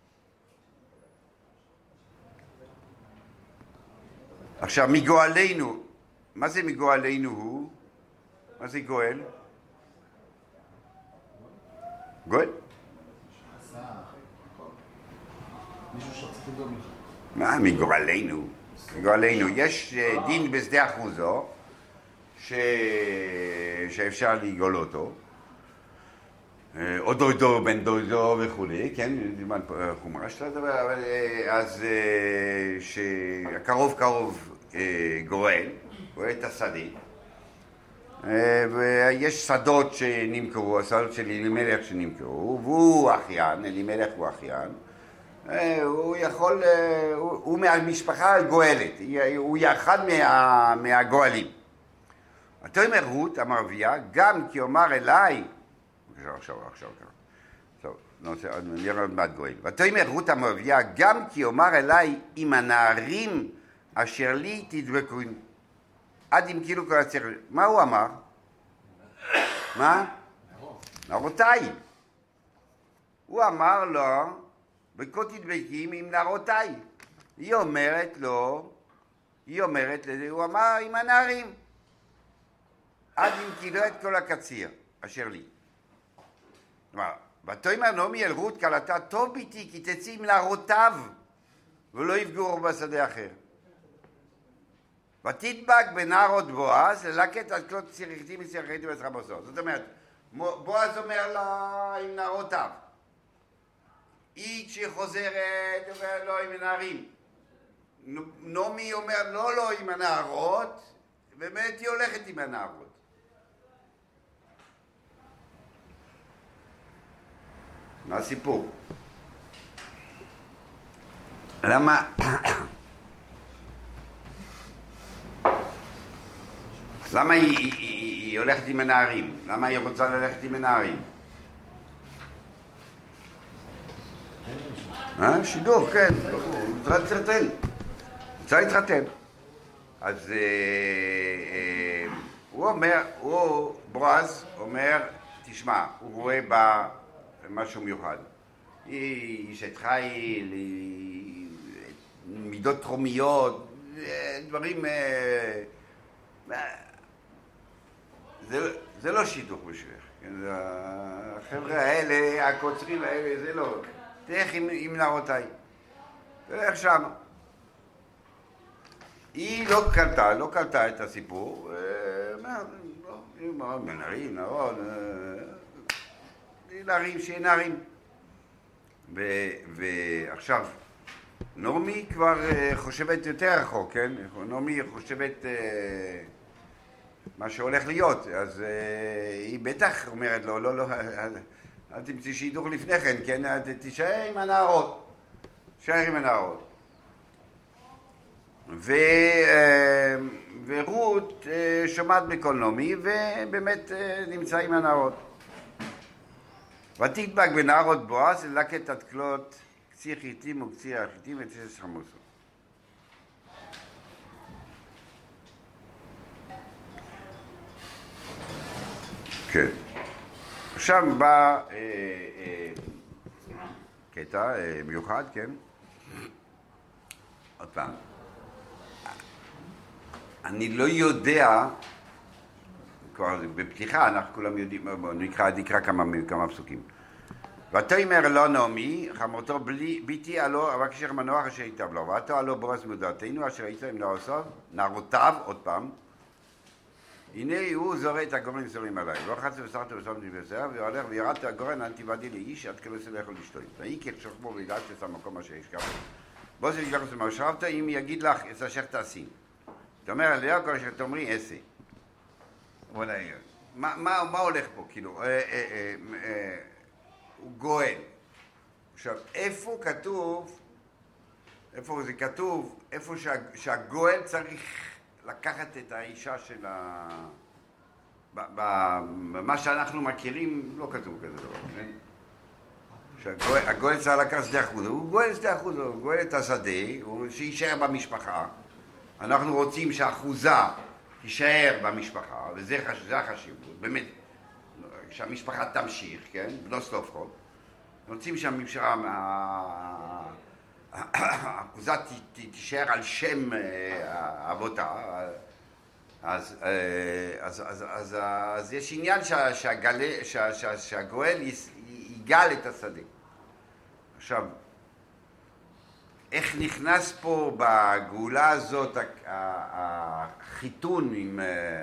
עכשיו, מגואלנו, מה זה מגואלנו הוא? מה זה גואל? גואל? מישהו שרציתי לדאוג לך. מה מגואלנו? מגואלנו. יש דין בשדה אחוזו, ש... שאפשר לגאול אותו. או דודו, בן דודו וכולי, כן, זמן חומרה של הדבר, אבל אז שהקרוב קרוב גואל, גואל את השדה, ויש שדות שנמכרו, השדות של אלימלך שנמכרו, והוא אחיין, אלימלך הוא אחיין, הוא יכול, הוא, הוא מהמשפחה הגואלת, הוא אחד מה, מהגואלים. ותאמר רות המרבייה, גם כי אומר אליי, עכשיו, עכשיו, עכשיו, טוב, נראה עוד מעט גואל. ותאמר רות המרבייה, גם כי אומר אליי, אם הנערים אשר לי תדבקון, עד אם כאילו כל הצליח. מה הוא אמר? מה? נערותיי. הוא אמר לו, וכה תדבקים עם נערותיי. היא אומרת לו, היא אומרת לזה, הוא אמר עם הנערים. עד אם כאילו את כל הקציר, אשר לי. כלומר, ותאמר נעמי אל רות כלתה, טוב ביתי, כי תצאי עם נערותיו, ולא יפגעו בשדה אחר. ותדבק בנערות בועז, ללקט על כלות צירכתי מצירכתי בעזרה בוסו. זאת אומרת, בועז אומר לה עם נערותיו. היא כשהיא חוזרת, אומר לו עם הנערים. נעמי אומר לא, לא עם הנערות, באמת היא הולכת עם הנערות. מה הסיפור? למה? למה היא, היא, היא, היא הולכת עם הנערים? למה היא רוצה ללכת עם הנערים? אה? שידור, כן. הוא רוצה להתחתן. רוצה להתחתן. אז אה, אה, הוא אומר, הוא, בועז, אומר, תשמע, הוא רואה בה משהו מיוחד. היא אשת חיל, מידות תחומיות, דברים... זה, זה לא שידוך בשבילך. החבר'ה האלה, הקוצרים האלה, זה לא. תלך עם, עם נערותיי. תלך שם. היא לא קלטה, לא קלטה את הסיפור. נערים, נערות, נערים שיהיה נערים. ועכשיו, נעמי כבר חושבת יותר רחוק, כן? נעמי חושבת מה שהולך להיות, אז היא בטח אומרת לו, לא, לא, אל תמציא שידוך לפני כן, כן? תישאר עם הנערות, תישאר עם הנערות. ו... ורות שומעת בקול נעמי ובאמת נמצא עם הנערות. ותדבק בנערות בועז ללקט עד כלות קציר חיטים וקציר החיטים ותשש חמוסו. כן. עכשיו בא אה, אה, קטע אה, מיוחד, כן? עוד פעם. אני לא יודע, כבר בפתיחה אנחנו כולם יודעים, נקרא, נקרא כמה, כמה פסוקים. ותאמר לו נעמי, חמותו ביתי הלא אבקשך מנוח אשר ייטב לו, ועתו הלא בורס מדעתנו אשר ייצא עם נערותיו, נערותיו, עוד פעם, הנה הוא זורע את הגורן זורים עליי, לא חצי וסרתי ושמתי בשר, והולך וירד את הגורן אל תיבדי לאיש, עד כלא לא יכול לשתות. ויקח שוכבו וידעת את המקום אשר ישכב. בוא זה ישכח את מה שרבת, אם יגיד לך את אשר תעשי. זאת אומרת, ליהו כל אשר תאמרי עשה. מה, מה, מה הולך פה? כאילו, אה, אה, אה, אה, הוא גואל. עכשיו, איפה כתוב, איפה זה כתוב, איפה שה, שהגואל צריך לקחת את האישה של ה... במה שאנחנו מכירים, לא כתוב כזה דבר, כן? שהגואל צריך לקחת שדה אחוז, הוא גואל שדה אחוז, הוא גואל את השדה, הוא שישאר במשפחה. אנחנו רוצים שהאחוזה תישאר במשפחה, וזה החשיבות, באמת, שהמשפחה תמשיך, כן? לא סטופחות. רוצים שהאחוזה תישאר על שם אבותה, אז, אז, אז, אז, אז יש עניין שהגואל יגאל את השדה. עכשיו, איך נכנס פה בגאולה הזאת החיתון עם...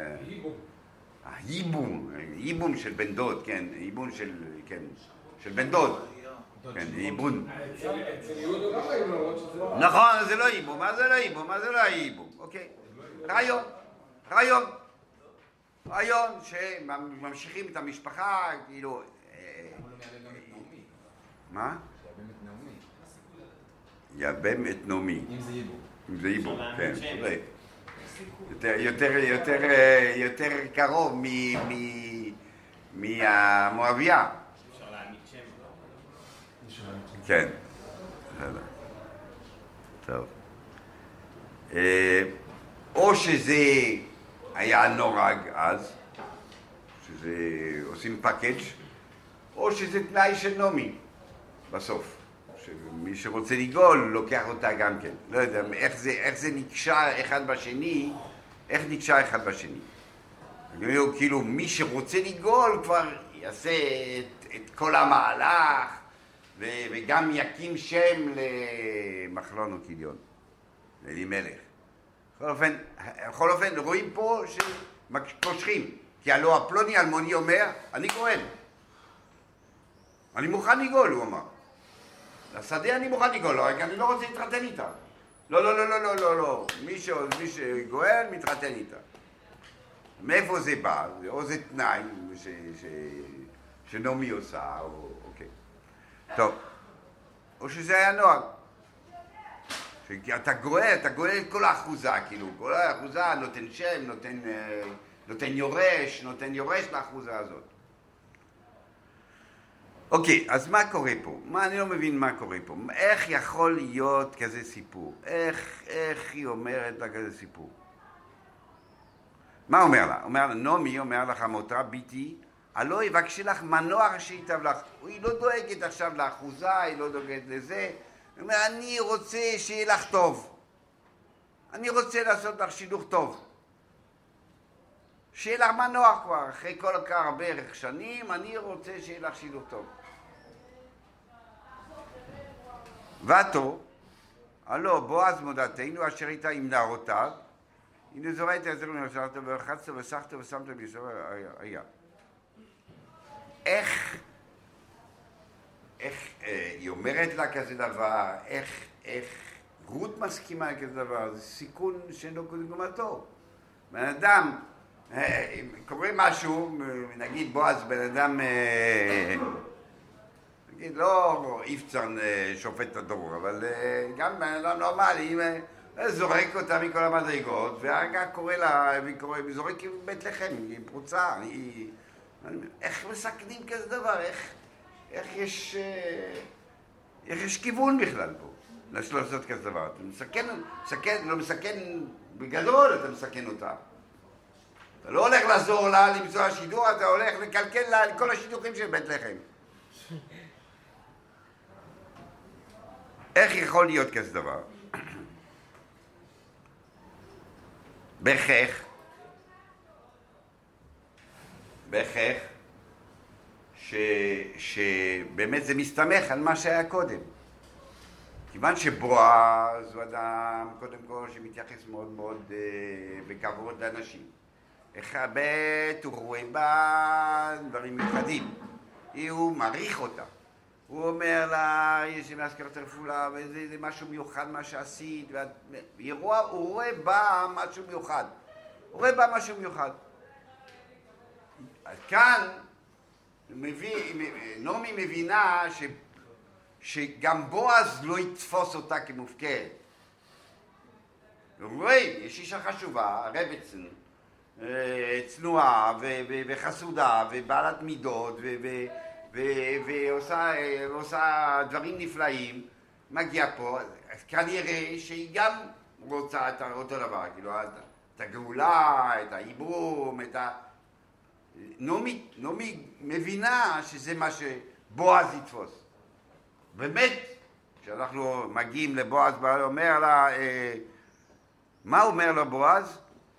ההיבום, היבום של בן דוד, כן, היבום של, כן, של בן דוד, כן, היבום. נכון, זה לא היבום, מה זה לא היבום, מה זה לא היבום, אוקיי. רעיון, רעיון, רעיון שממשיכים את המשפחה, כאילו... מה? יבם את נעמי. אם זה ייבום. אם זה ייבום, כן. יותר, יותר, יותר, יותר קרוב מהמואביה. אפשר להעמיד שם. כן. טוב. או שזה היה נורג אז, שזה עושים פאקג', או שזה תנאי של נעמי בסוף. שמי שרוצה לגאול לוקח אותה גם כן. לא יודע, איך זה, איך זה נקשר אחד בשני, איך נקשר אחד בשני. כאילו, מי שרוצה לגאול כבר יעשה את, את כל המהלך, ו, וגם יקים שם למחלון וכיליון, לאלימלך. בכל אופן, בכל אופן, רואים פה שקושרים, כי הלא הפלוני אלמוני אומר, אני גואל. אני מוכן לגאול, הוא אמר. לשדה אני מוכן לגאול, לא, אני לא רוצה להתחתן איתה. לא, לא, לא, לא, לא, לא, לא. מי שגואל מתחתן איתה. מאיפה זה בא? או זה תנאי ש, ש, שנעמי עושה, או, אוקיי. טוב. או שזה היה נוהג. אתה גואל, אתה גואל את כל האחוזה, כאילו. כל האחוזה נותן שם, נותן, נותן יורש, נותן יורש לאחוזה הזאת. אוקיי, אז מה קורה פה? מה, אני לא מבין מה קורה פה. איך יכול להיות כזה סיפור? איך, איך היא אומרת לה כזה סיפור? מה אומר לה? אומר לה, נעמי אומר לך, מותה ביתי, הלא יבקשי לך מנוח שייטב לך. היא לא דואגת עכשיו לאחוזה, היא לא דואגת לזה. היא אומרת, אני רוצה שיהיה לך טוב. אני רוצה לעשות לך שידוך טוב. שיהיה לך מנוח כבר, אחרי כל כך הרבה שנים, אני רוצה שיהיה לך שידוך טוב. ועתו, הלא בועז מודעתנו אשר הייתה עם נערותיו, הנה זורעת יעזרו לנשארת ורחצת וסחת ושמת בישראל היה. איך, איך אה, היא אומרת לה כזה דבר, איך, איך רות מסכימה כזה דבר, זה סיכון שאינו כדוגמתו. בן אדם, אה, קורה משהו, נגיד בועז בן אדם, אה, נגיד לא יפצרן שופט את הדור, אבל אה, גם בן אדם נורמלי, זורק אותה מכל המדרגות, והרגע קורא לה, והיא זורק עם בית לחם, היא פרוצה, היא... איך מסכנים כזה דבר? איך, איך יש... איך יש כיוון בכלל פה? לעשות כזה דבר. אתה מסכן, מסכן, לא מסכן בגדול, אתה מסכן אותה. אתה לא הולך לעזור לה למצוא השידור, אתה הולך לקלקל לה כל השידוכים של בית לחם. איך יכול להיות כזה דבר? בכך, בכך, ש, שבאמת זה מסתמך על מה שהיה קודם. כיוון שבועז הוא אדם, קודם כל, שמתייחס מאוד מאוד אה, בכבוד לאנשים. איך בית הוא רואה בה דברים מיוחדים. הוא מעריך אותה. הוא אומר לה, יש לי להזכרת הרפולה, וזה משהו מיוחד מה שעשית, והוא רואה, הוא רואה בה משהו מיוחד. הוא רואה בה משהו מיוחד. אז כאן, מביא, נעמי מבינה ש, שגם בועז לא יתפוס אותה כמופקרת. הוא רואה, יש אישה חשובה, רבצן, צנועה וחסודה ובעלת מידות ו... ועושה, ועושה דברים נפלאים, מגיע פה, אז כנראה שהיא גם רוצה את אותו דבר, כאילו, את הגאולה, את העיברום, את ה... נעמי, נעמי מבינה שזה מה שבועז יתפוס. באמת, כשאנחנו מגיעים לבועז, הוא אומר לה, מה הוא אומר לו בועז?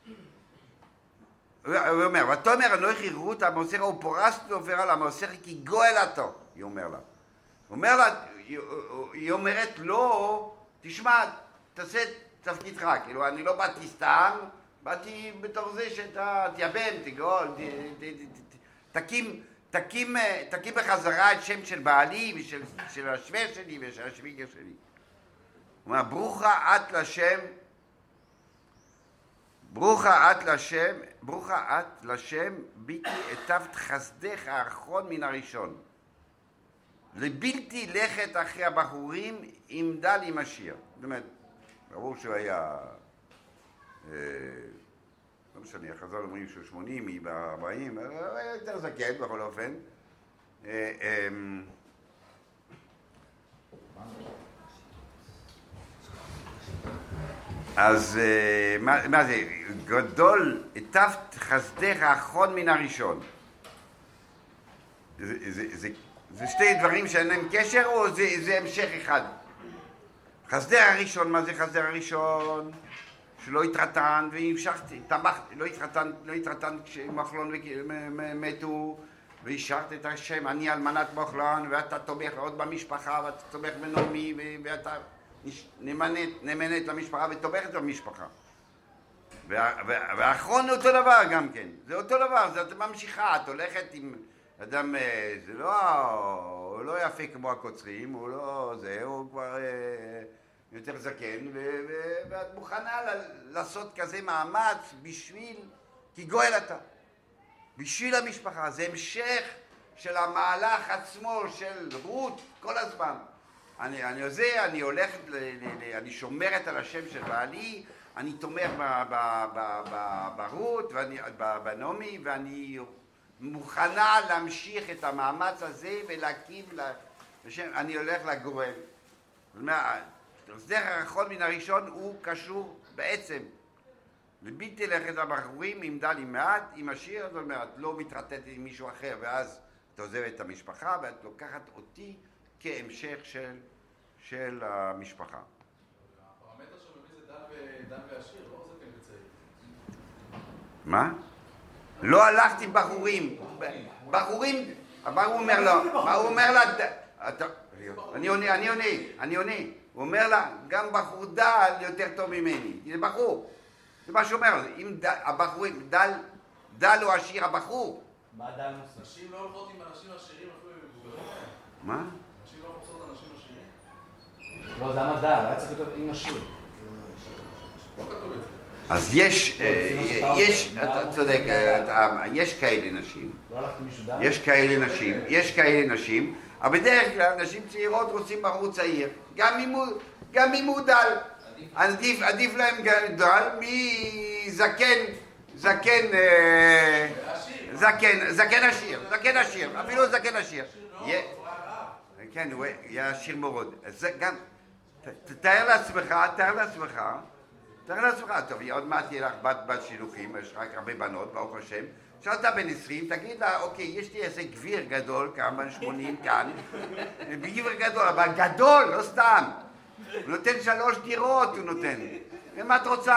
הוא אומר, ותאמר אנוכי רות המוסר ופורסת עובר על המוסר כי גואלתו, היא אומר לה. הוא אומר לה, היא אומרת לו, תשמע, תעשה תפקידך, כאילו אני לא באתי סתם, באתי בתור זה שאתה תייבם, תגאול, תקים, תקים, תקים בחזרה את שם של בעלי ושל השוור שלי ושל השוויגר שלי. הוא אומר, ברוכה את לשם, ברוכה את לשם, ברוכה את לשם, ביתי היטבת חסדך האחרון מן הראשון. לבלתי לכת אחרי הבחורים עם דל עם השיר. זאת אומרת, ברור שהוא היה, אה, לא משנה, חז"ל אומרים שהוא שמונים, היא בארבעים, היה יותר זקן בכל אופן. אה, אה, אז מה, מה זה? גדול, היטבת חסדך האחרון מן הראשון. זה, זה, זה, זה שתי דברים שאין להם קשר או זה, זה המשך אחד? חסדך הראשון, מה זה חסדך הראשון? שלא התרתן והמשכתי, תמך, לא התרתן, לא התרתן כשמחלון מתו והשארת את השם, אני אלמנת מחלון ואתה תומך עוד במשפחה ואתה תומך בנעמי ואתה נאמנת, נאמנת למשפחה ותומכת במשפחה. והאחרון הוא אותו דבר גם כן, זה אותו דבר, זה את ממשיכה, את הולכת עם אדם, זה לא, הוא לא יפה כמו הקוצרים, הוא לא זה, הוא כבר יותר זקן, ואת מוכנה לעשות כזה מאמץ בשביל, כי גואל אתה, בשביל המשפחה, זה המשך של המהלך עצמו, של רות כל הזמן. אני, אני עושה, אני הולכת, ל, ל, ל, אני שומרת על השם של בעלי, אני תומך ברות, בנעמי, ואני מוכנה להמשיך את המאמץ הזה ולהקים, לשם, אני הולך לגורם. זאת אומרת, הסדר האחרון מן הראשון הוא קשור בעצם לבלתי לכת הבחורים עם דל עם מעט, עם השיר, זאת אומרת, לא מתרטטת עם מישהו אחר, ואז את עוזבת את המשפחה ואת לוקחת אותי כהמשך של, של המשפחה. הפרמטר שמביא זה דן ועשיר, לא זקן וצעיר. מה? לא הלכתי בחורים. בחורים, הבחור אומר לו, מה הוא אומר לה? אני עונה, אני עונה, אני עונה. הוא אומר לה, גם בחור דל יותר טוב ממני. זה בחור. זה מה שהוא אומר. אם הבחורים, דל, דל או עשיר הבחור. מה דל נוסף? נשים לא הולכות עם אנשים עשירים אפילו מבוגרים. מה? נשים לא הולכות עם אנשים עשירים. לא, זה למה דל, היה צריך להיות עם עשיר. לא כתוב את זה. אז יש, יש, אתה צודק, יש כאלה נשים. לא הלכת עם מישהו דל? יש כאלה נשים, יש כאלה נשים, אבל בדרך כלל נשים צעירות רוצים בחור צעיר, גם אם הוא, גם אם הוא דל. עדיף, עדיף להם דל מזקן, זקן, זקן, זקן עשיר, זקן עשיר, אפילו זקן עשיר. כן, הוא היה עשיר מאוד. גם, תאר לעצמך, תאר לעצמך, תאר לעצמך, טוב, עוד מעט תהיה לך בת בת שילוחים, יש רק הרבה בנות, ברוך השם. כשאתה בן עשרים, תגיד לה, אוקיי, יש לי איזה גביר גדול, כאן בן שמונים כאן, גביר גדול, אבל גדול, לא סתם. הוא נותן שלוש דירות, הוא נותן. ומה את רוצה?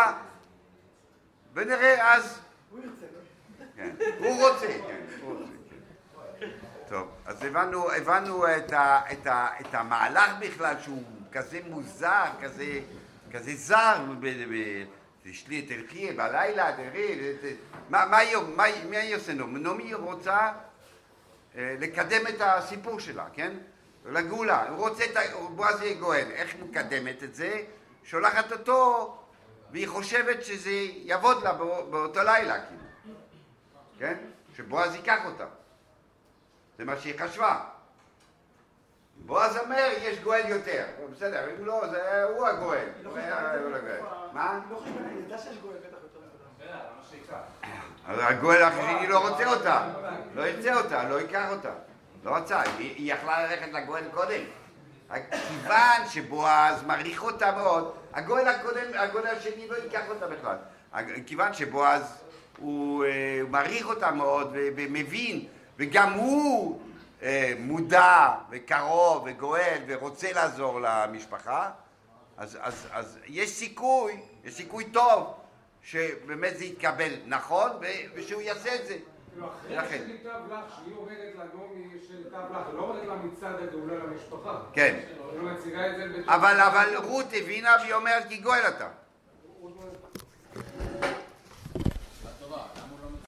ונראה אז... הוא ירצה, כן, הוא רוצה, כן, הוא רוצה, כן. טוב, אז הבנו, הבנו את, ה, את, ה, את המהלך בכלל, שהוא כזה מוזר, כזה, כזה זר, תשלי, תלכי בלילה, תראי, מה, מה, מה, מה היא עושה? נעמי רוצה לקדם את הסיפור שלה, כן? לגאולה, הוא רוצה את בועז יהיה גואל, איך היא מקדמת את זה? שולחת אותו, והיא חושבת שזה יעבוד לה באותו לילה, כאילו, כן? שבועז ייקח אותה. זה מה שהיא חשבה. בועז אומר, יש גואל יותר. בסדר, אם לא, זה הוא הגואל. מה? לא חושב, אני יודע שיש גואל בטח יותר בסדר, למה שיקח? אז הגואל השני לא רוצה אותה. לא ירצה אותה, לא ייקח אותה. לא רצה, היא יכלה ללכת לגואל קודם. כיוון שבועז מעריך אותה מאוד, הגואל הקודם, הגואל השני לא ייקח אותה בכלל. כיוון שבועז הוא מעריך אותה מאוד ומבין, וגם הוא מודע וקרוב וגואל ורוצה לעזור למשפחה, אז, אז, אז יש סיכוי, יש סיכוי טוב שבאמת זה יתקבל נכון ושהוא יעשה את זה. אחרי שניתב לך, שהיא עובדת לנעמי שניתב לך, לא עובדת לה מצד הגאולה למשפחה. כן. היא מציגה את זה... אבל רות הבינה והיא אומרת כי גואל אתה.